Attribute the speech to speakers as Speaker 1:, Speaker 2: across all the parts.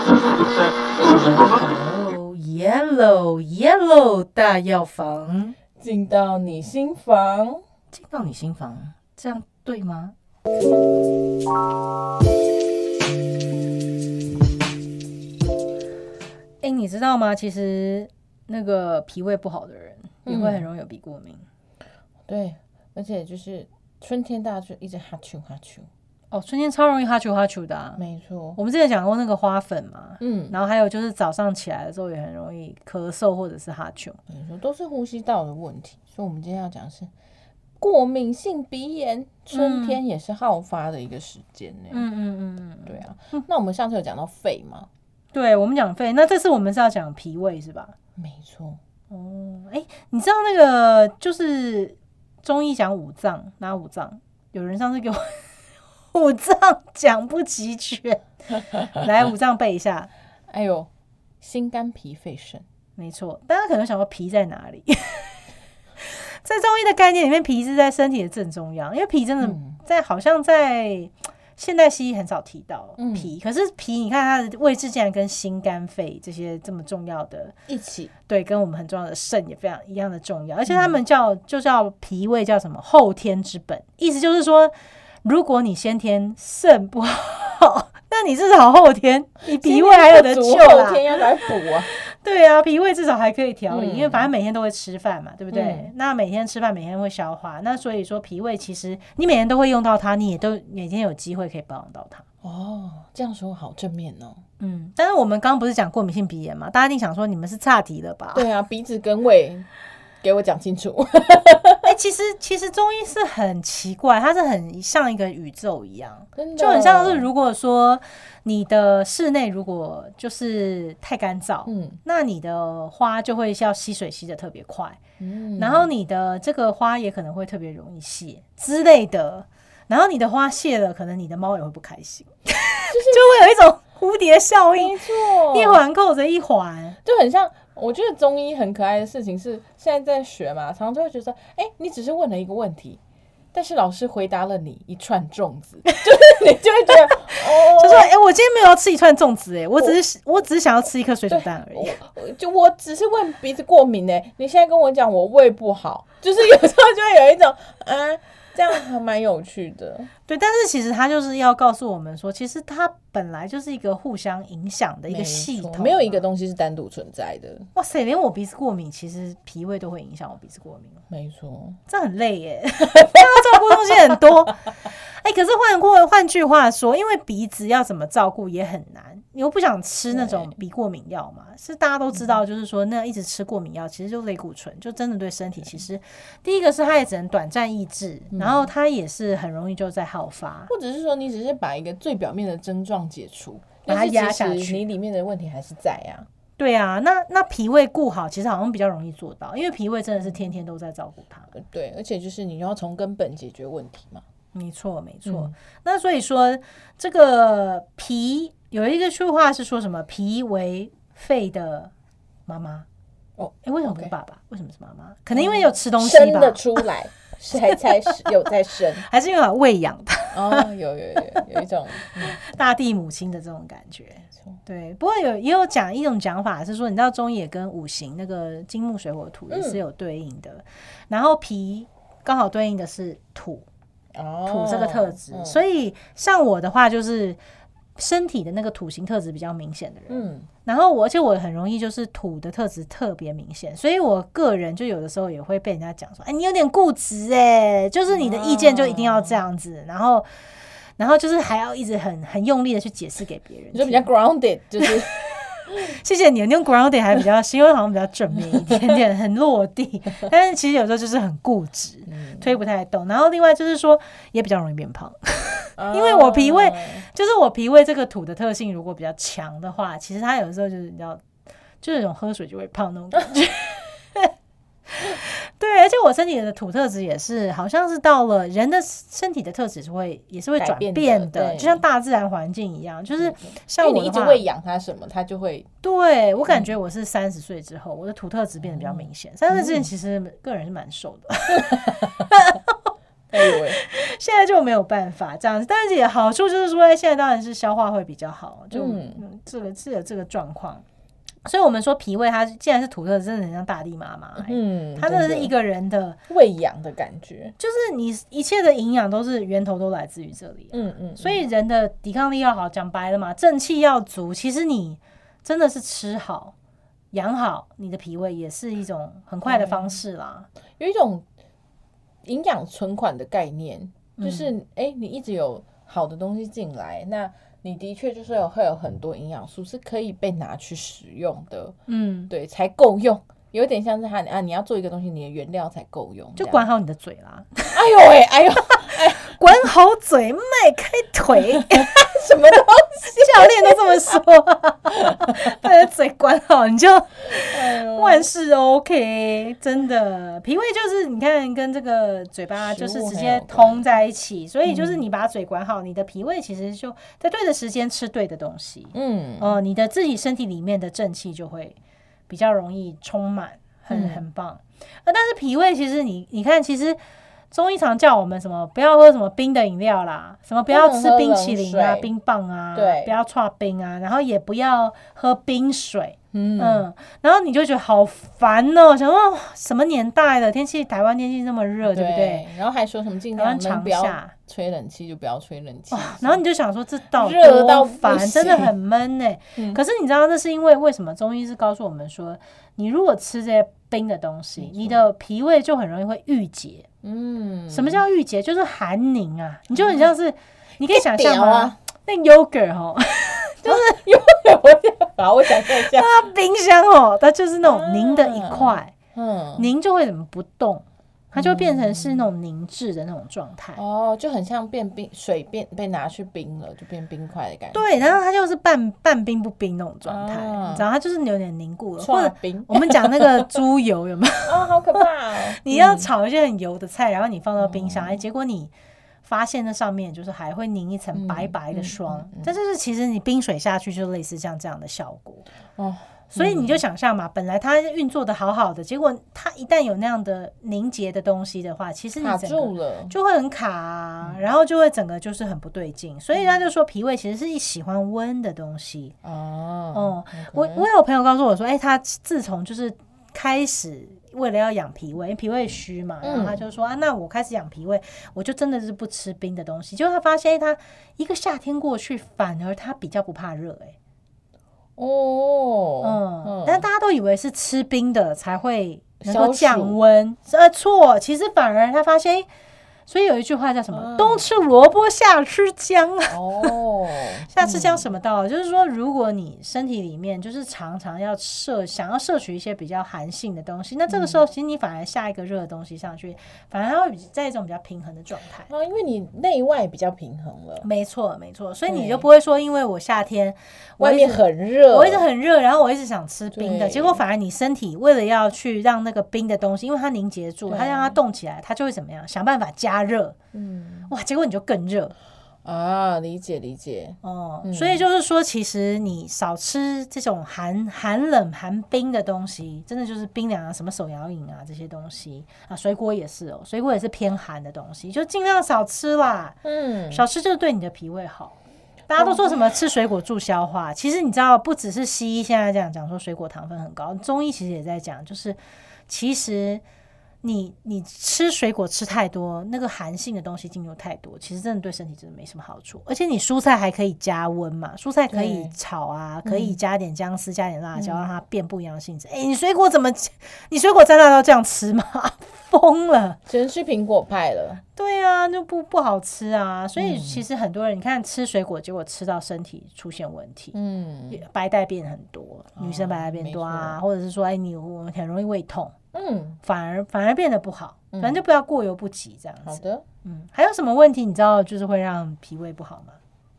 Speaker 1: 哦 ，Yellow 大药房，
Speaker 2: 进到你心房，
Speaker 1: 进到你心房，这样对吗？你知道吗？其实那个脾胃不好的人也会很容易有鼻过敏。
Speaker 2: 对，而且就是春天大家就一直哈啾哈啾。
Speaker 1: 哦，春天超容易哈啾哈啾的啊。
Speaker 2: 没错，
Speaker 1: 我们之前讲过那个花粉嘛，然后还有就是早上起来的时候也很容易咳嗽或者是哈啾。
Speaker 2: 没错，都是呼吸道的问题。所以我们今天要讲的是过敏性鼻炎，春天也是好发的一个时间呢。对啊。那我们上次有讲到肺吗？
Speaker 1: 对，我们讲肺，那这次我们是要讲脾胃是吧？
Speaker 2: 没错。
Speaker 1: 哦，你知道那个就是中医讲五脏，哪五脏？有人上次给我五脏讲不齐全，来五脏背一下。
Speaker 2: 哎呦，心肝脾肺肾，
Speaker 1: 没错。大家可能想说脾在哪里？在中医的概念里面，脾是在身体的正中央，因为脾真的好像在现代西医很少提到脾，可是脾你看它的位置竟然跟心肝肺这些这么重要的
Speaker 2: 一起，
Speaker 1: 对，跟我们很重要的肾也非常一样的重要，而且他们就叫脾胃叫什么后天之本，意思就是说如果你先天肾不好，那你至少后天你脾胃还有得救啦，
Speaker 2: 后天要来补啊。
Speaker 1: 对啊，脾胃至少还可以调理，因为反正每天都会吃饭嘛，对不对？那每天吃饭，每天会消化，那所以说脾胃其实你每天都会用到它，你也都每天有机会可以保养到它。
Speaker 2: 哦，这样说好正面哦。
Speaker 1: 但是我们刚刚不是讲过敏性鼻炎嘛？大家一定想说你们是岔题了吧？
Speaker 2: 对啊，鼻子跟胃，给我讲清楚。
Speaker 1: 其实中医是很奇怪，它是很像一个宇宙一样，
Speaker 2: 就
Speaker 1: 很像是如果说你的室内如果就是太干燥，那你的花就会要吸水吸得特别快，然后你的这个花也可能会特别容易谢之类的，然后你的花谢了，可能你的猫也会不开心，就会有一种蝴蝶效应，
Speaker 2: 没错，
Speaker 1: 一环扣着一环，
Speaker 2: 就很像。我觉得中医很可爱的事情是，现在在学嘛，常常就会觉得，你只是问了一个问题，但是老师回答了你一串粽子，就是你就会觉得，
Speaker 1: 就说，我今天没有要吃一串粽子，我只是想要吃一颗水煮蛋而已。
Speaker 2: 我只是问鼻子过敏，你现在跟我讲我胃不好，就是有时候就会有一种这样还蛮有趣的。
Speaker 1: 对，但是其实他就是要告诉我们说，其实它本来就是一个互相影响的一个系统，
Speaker 2: 没有一个东西是单独存在的。
Speaker 1: 哇塞，连我鼻子过敏，其实脾胃都会影响我鼻子过敏。
Speaker 2: 没错，
Speaker 1: 这很累耶，要照顾东西很多。可是换句话说，因为鼻子要怎么照顾也很难，你又不想吃那种鼻过敏药嘛？是大家都知道，就是说那一直吃过敏药，其实就类固醇，就真的对身体其实第一个是它也只能短暂抑制，然后它也是很容易就在好发，
Speaker 2: 或者是说你只是把一个最表面的症状解除，
Speaker 1: 把它压下去，
Speaker 2: 你里面的问题还是在啊。
Speaker 1: 对啊，那脾胃顾好，其实好像比较容易做到，因为脾胃真的是天天都在照顾它。
Speaker 2: 对，而且就是你要从根本解决问题嘛。
Speaker 1: 没错。那所以说，这个脾有一个句话是说什么？脾为肺的妈妈。为什么不是爸爸？为什么是妈妈？可能因为有吃东西吧，
Speaker 2: 生得出来，才有在生，
Speaker 1: 还是因为有喂养它？
Speaker 2: 有一种
Speaker 1: 大地母亲的这种感觉。对，不过也有讲一种讲法是说，你知道中医也跟五行那个金木水火土也是有对应的，然后脾刚好对应的是土这个特质，所以像我的话就是身体的那个土型特质比较明显的人，然后而且我很容易就是土的特质特别明显，所以我个人就有的时候也会被人家讲说，你有点固执就是你的意见就一定要这样子，然后就是还要一直很用力的去解释给别人，
Speaker 2: 你就比较 grounded， 就是
Speaker 1: 谢谢你，你用 grounded 还比较形容好像比较正面一点点，很落地，但是其实有时候就是很固执，推不太动。然后另外就是说也比较容易变胖，因为我脾胃这个土的特性如果比较强的话，其实它有时候就是你知道，就是那种喝水就会胖那种感觉。对，而且我身体的土特质也是，好像是到了人的身体的特质也是会转变的，就像大自然环境一样，就是像我的话，
Speaker 2: 因为你一直喂养它什么，它就会。对，
Speaker 1: 我感觉我是30岁之后，我的土特质变得比较明显。30岁之前其实个人是蛮瘦的。 现在就没有办法这样子。但是也好处就是说，现在当然是消化会比较好，就这个状况。所以我们说脾胃它既然是土特，真的很像大地妈妈，它真的是一个人的
Speaker 2: 喂养的感觉，
Speaker 1: 就是你一切的营养都是源头都来自于这里，所以人的抵抗力要好，讲白了嘛，正气要足，其实你真的是吃好养好你的脾胃也是一种很快的方式啦。
Speaker 2: 有一种营养存款的概念，就是你一直有好的东西进来，那你的确就是会有很多营养素是可以被拿去使用的，对，才够用。有点像是你要做一个东西，你的原料才够用，
Speaker 1: 就管好你的嘴啦。
Speaker 2: 哎呦，
Speaker 1: 管好嘴，迈开腿，
Speaker 2: 什么东西？
Speaker 1: 教练都这么说，把你的嘴管好，你就万事 OK。真的，脾胃就是你看跟这个嘴巴就是直接通在一起，所以就是你把嘴管好，你的脾胃其实就在对的时间吃对的东西，你的自己身体里面的正气就会比较容易充满，很棒。但是脾胃其实你看，其实中医常叫我们什么不要喝什么冰的饮料啦，什么不要吃冰淇淋啊、冰棒啊，不要剉冰啊，然后也不要喝冰水。然后你就觉得好烦哦，想说什么年代了，台湾天气那么热，对不对？
Speaker 2: 然后还说什么尽量能不要吹冷气就不要吹冷气，
Speaker 1: 然后你就想说这
Speaker 2: 热到
Speaker 1: 烦，真的很闷欸。可是你知道那是因为什么？中医是告诉我们说，你如果吃这些冰的东西，你的脾胃就很容易会郁结。什么叫郁结？就是寒凝啊，你就很像是你可以想象吗？那 yogurt 就是
Speaker 2: 我想象一下，
Speaker 1: 它冰箱它就是那种凝的一块，凝就会怎么不动，它就变成是那种凝滞的那种状态。
Speaker 2: 就很像水被拿去冰了，就变冰块的感觉。
Speaker 1: 对，然后它就是半冰不冰那种状态，你知道，它就是有点凝固了。或者我们讲那个猪油有没有？
Speaker 2: 好可怕
Speaker 1: 你要炒一些很油的菜，然后你放到冰箱，结果你发现那上面就是还会凝一层白白的霜，但是其实你冰水下去就类似像这样的效果。所以你就想象嘛，本来它运作的好好的，结果它一旦有那样的凝结的东西的话，其实你整个就会很卡然后就会整个就是很不对劲。所以他就说脾胃其实是喜欢温的东西。我有朋友告诉我说，他自从就是开始为了要养脾胃，因为脾胃虚嘛，然后他就说那我开始养脾胃，我就真的是不吃冰的东西。结果他发现他一个夏天过去，反而他比较不怕热。但大家都以为是吃冰的才会能够降温，错，其实反而他发现所以有一句话叫什么？冬吃萝卜夏吃姜。夏吃姜什么道理？就是说如果你身体里面就是常常想要摄取一些比较寒性的东西，那这个时候其实你反而下一个热的东西上去，反而它会在一种比较平衡的状态。
Speaker 2: 因为你内外比较平衡了。
Speaker 1: 没错没错，所以你就不会说因为我夏天
Speaker 2: 外面很热，
Speaker 1: 我一直很热，然后我一直想吃冰的，结果反而你身体为了要去让那个冰的东西，因为它凝结住，它让它动起来，它就会怎么样？想办法加热。结果你就更热。
Speaker 2: 理解
Speaker 1: 所以就是说其实你少吃这种寒冷寒冰的东西，真的就是冰凉啊，什么手摇饮啊这些东西啊，水果也是水果也是偏寒的东西，就尽量少吃啦。少吃就对你的脾胃好。大家都说什么吃水果助消化，其实你知道不只是西医现在这样讲说水果糖分很高，中医其实也在讲，就是其实你吃水果吃太多，那个寒性的东西进入太多，其实真的对身体真的没什么好处。而且你蔬菜还可以加温嘛，蔬菜可以炒啊，可以加点姜丝加点辣椒，让它变不一样的性质。你水果蘸辣椒这样吃吗？疯了，
Speaker 2: 只能吃苹果派了。
Speaker 1: 对啊，就不好吃啊。所以其实很多人你看吃水果，结果吃到身体出现问题，白带变很多，女生白带变多啊，或者是说你很容易胃痛。反而变得不好，反正就不要过犹不及这样子。
Speaker 2: 好的，
Speaker 1: 还有什么问题你知道就是会让脾胃不好吗？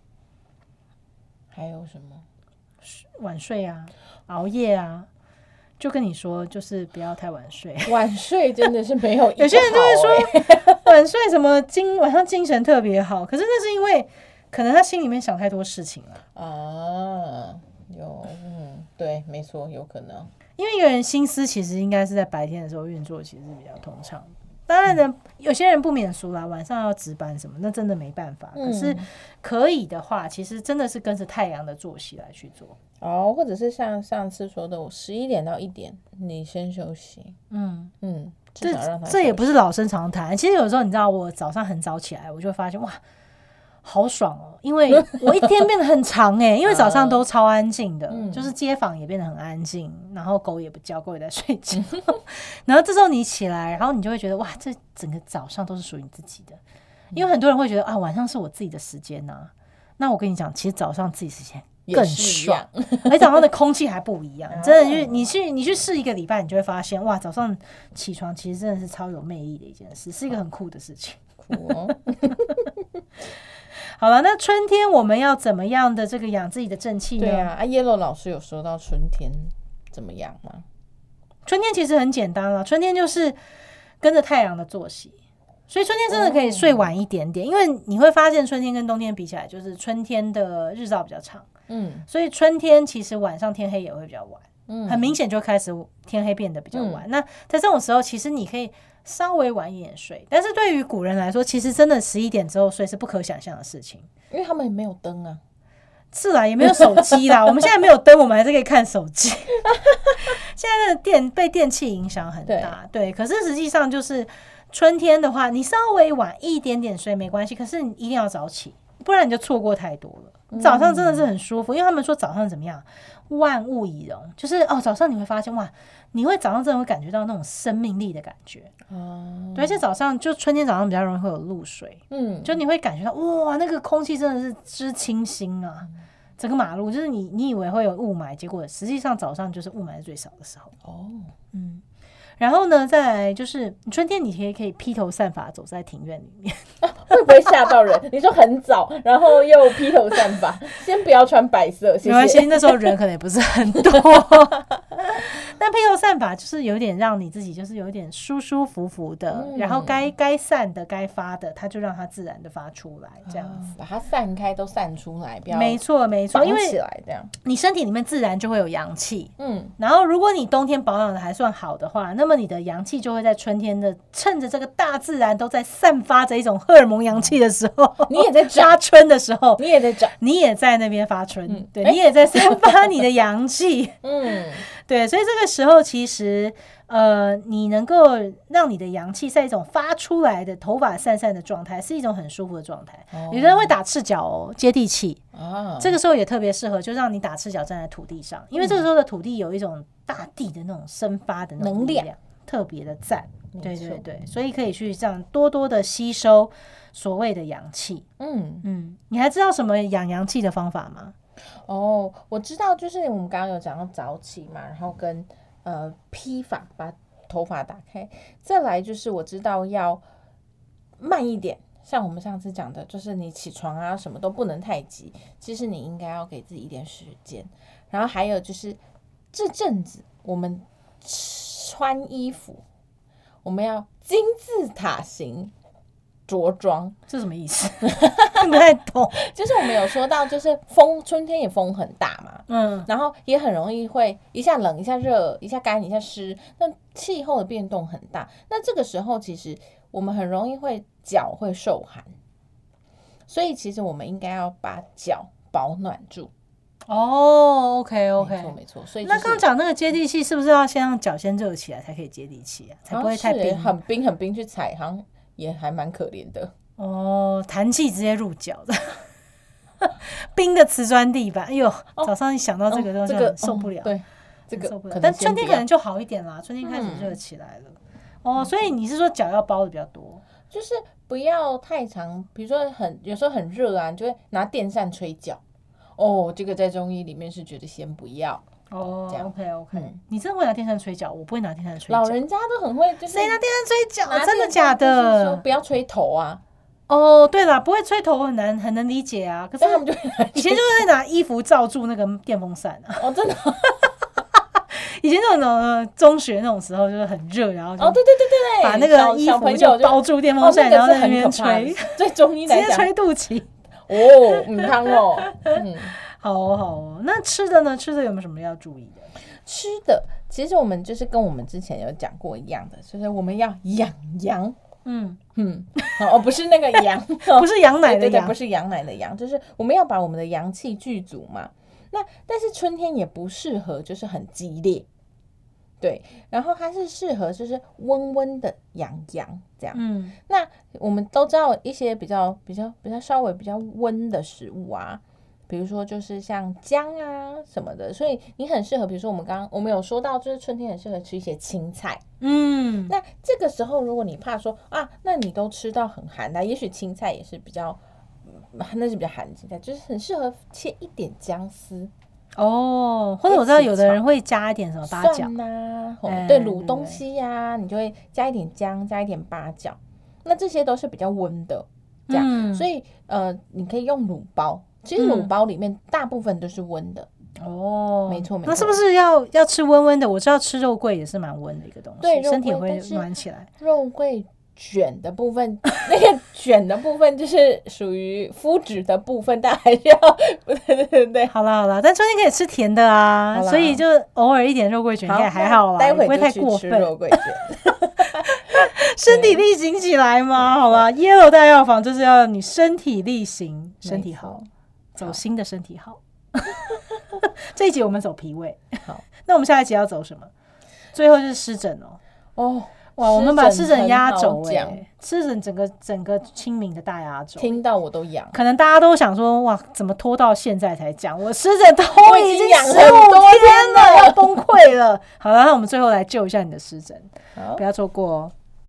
Speaker 2: 还有什么？
Speaker 1: 晚睡啊，熬夜啊，就跟你说就是不要太晚睡。
Speaker 2: 晚睡真的是没有
Speaker 1: 有些人就会说晚睡什么晚上精神特别好，可是那是因为可能他心里面想太多事情了。
Speaker 2: 对，没错，有可能。
Speaker 1: 因为一个人心思其实应该是在白天的时候运作，其实是比较通畅。 当然呢，有些人不免俗啦，晚上要值班什么，那真的没办法。可是可以的话，其实真的是跟着太阳的作息来去做。
Speaker 2: 或者是像上次说的，我11点到1点，你先休息。至少让他休息。
Speaker 1: 这也不是老生常谈。其实有时候你知道，我早上很早起来，我就会发现哇，好爽哦，因为我一天变得很长因为早上都超安静的，就是街坊也变得很安静，然后狗也不叫，狗也在睡觉。然后这时候你起来，然后你就会觉得哇，这整个早上都是属于你自己的。因为很多人会觉得啊，晚上是我自己的时间啊。那我跟你讲，其实早上自己时间更爽，而早上的空气还不一样。真的，你去试一个礼拜，你就会发现哇，早上起床其实真的是超有魅力的一件事，是一个很酷的事情。
Speaker 2: 酷哦。
Speaker 1: 好了，那春天我们要怎么样的这个养自己的正气呢？
Speaker 2: 对啊，Yellow 老师有说到春天怎么样吗？
Speaker 1: 春天其实很简单了，春天就是跟着太阳的作息，所以春天真的可以睡晚一点点，因为你会发现春天跟冬天比起来，就是春天的日照比较长，所以春天其实晚上天黑也会比较晚，很明显就开始天黑变得比较晚。那在这种时候，其实你可以稍微晚一点睡，但是对于古人来说，其实真的11点之后睡是不可想象的事情，
Speaker 2: 因为他们也没有灯啊。
Speaker 1: 是啦，也没有手机啦。我们现在没有灯，我们还是可以看手机。现在的被电器影响很大，对。可是实际上就是春天的话，你稍微晚一点点睡没关系，可是你一定要早起，不然你就错过太多了。早上真的是很舒服，因为他们说早上怎么样，万物以容，就是早上你会发现哇，你会早上真的会感觉到那种生命力的感觉。对，而且早上就春天早上比较容易会有露水，就你会感觉到哇，那个空气真的是之清新啊。整个马路就是你以为会有雾霾，结果实际上早上就是雾霾最少的时候。然后呢，再来就是春天，你可以披头散发走在庭院里面，
Speaker 2: 会不会吓到人？你说很早，然后又披头散发，先不要穿白色，谢谢。
Speaker 1: 没关系，那时候人可能也不是很多。但披头散发就是有点让你自己就是有点舒舒服服的，然后该散的该发的，它就让它自然的发出来，这样子，
Speaker 2: 把它散开都散出来，不要
Speaker 1: 没错，因为
Speaker 2: 起来这样，
Speaker 1: 你身体里面自然就会有阳气。然后如果你冬天保养的还算好的话，那么你的阳气就会在春天的趁着这个大自然都在散发着一种荷尔蒙阳气的时候，
Speaker 2: 你也在
Speaker 1: 发春的时候，
Speaker 2: 你也在长，
Speaker 1: 你也在那边发春，对，你也在散发你的阳气。对，所以这个时候其实你能够让你的阳气在一种发出来的头发散散的状态，是一种很舒服的状态。有的人会打赤脚接地气，这个时候也特别适合，就让你打赤脚站在土地上，因为这个时候的土地有一种大地的那种生发的那种力量，特别的赞。对对对，所以可以去这样多多的吸收所谓的阳气。你还知道什么养阳气的方法吗？
Speaker 2: 我知道，就是我们刚刚有讲到早起嘛，然后跟披发，把头发打开，再来就是我知道要慢一点，像我们上次讲的，就是你起床啊什么都不能太急，其实你应该要给自己一点时间。然后还有就是这阵子我们穿衣服，我们要金字塔型着装，
Speaker 1: 这什么意思？听不太懂。
Speaker 2: 就是我们有说到，就是春天也风很大嘛，然后也很容易会一下冷一下热，一下干一下湿，那气候的变动很大。那这个时候其实我们很容易脚会受寒，所以其实我们应该要把脚保暖住。
Speaker 1: OK，
Speaker 2: 没错。所以
Speaker 1: 那刚刚讲那个接地气，是不是要先让脚先热起来才可以接地气啊？才不会太冰。
Speaker 2: 很冰去踩，好像也还蛮可怜的。
Speaker 1: 弹气直接入脚的，冰的瓷砖地板，哎呦，早上一想到这个都很受不了。
Speaker 2: 对，这个受不了。
Speaker 1: 但春天可能就好一点啦，春天开始热起来了。所以你是说脚要包的比较多，
Speaker 2: 就是不要太长，比如说有时候很热啊，你就会拿电扇吹脚。这个在中医里面是觉得先不要。
Speaker 1: OK， 你真的会拿电扇吹脚？我不会拿电扇吹脚。
Speaker 2: 老人家都很会，就是
Speaker 1: 谁拿电扇吹脚？真的假的？
Speaker 2: 说不要吹头啊。
Speaker 1: 对啦，不会吹头很能理解啊。可是
Speaker 2: 他们就
Speaker 1: 以前就是在拿衣服罩住那个电风扇啊。
Speaker 2: 真的。
Speaker 1: 以前那种中学那种时候就是很热，然后
Speaker 2: 对，
Speaker 1: 把那个衣服就包住电风扇，然后在那边吹，
Speaker 2: 对中医来讲
Speaker 1: 直接吹肚脐。
Speaker 2: 母汤
Speaker 1: 好哦好哦。那吃的呢？吃的有没有什么要注意的？
Speaker 2: 吃的其实我们就是跟我们之前有讲过一样的，就是我们要养阳。不是那个羊
Speaker 1: 不是羊奶的羊，
Speaker 2: 对对对，不是羊奶的羊，就是我们要把我们的阳气聚足嘛。那但是春天也不适合就是很激烈，对，然后它是适合就是温温的养阳这样。那我们都知道一些比较稍微比较温的食物啊，比如说就是像姜啊什么的，所以你很适合，比如说我们有说到，就是春天很适合吃一些青菜。那这个时候如果你怕说啊，那你都吃到很寒的，也许青菜也是比较，那是比较寒的青菜，就是很适合切一点姜丝。
Speaker 1: 或者我知道有的人会加一点什么八角
Speaker 2: 啊，对，卤东西啊，你就会加一点姜，加一点八角，那这些都是比较温的，这样。所以你可以用卤包，其实卤包里面大部分都是温的。没错。
Speaker 1: 那是不是要吃温温的？我知道吃肉桂也是蛮温的一个东西，对，身体会暖起来。
Speaker 2: 肉桂卷的部分，那个卷的部分就是属于麸质的部分，但还是要对。
Speaker 1: 好啦，但春天可以吃甜的啊，所以就偶尔一点肉桂卷应该还好啦，
Speaker 2: 待会
Speaker 1: 不会太过分。
Speaker 2: 吃肉桂卷，
Speaker 1: 身体力行起来嘛，好啦 Yellow 大药房就是要你身体力行，身体好，走心的身体好。这一集我们走脾胃，好，那我们下一集要走什么？最后就是湿疹哇，我们把湿疹压轴湿疹整个清明的大压轴，
Speaker 2: 听到我都痒。
Speaker 1: 可能大家都想说，哇，怎么拖到现在才讲？我湿疹都已经15天了，要崩溃了。好了，那我们最后来救一下你的湿疹，不要错过哦。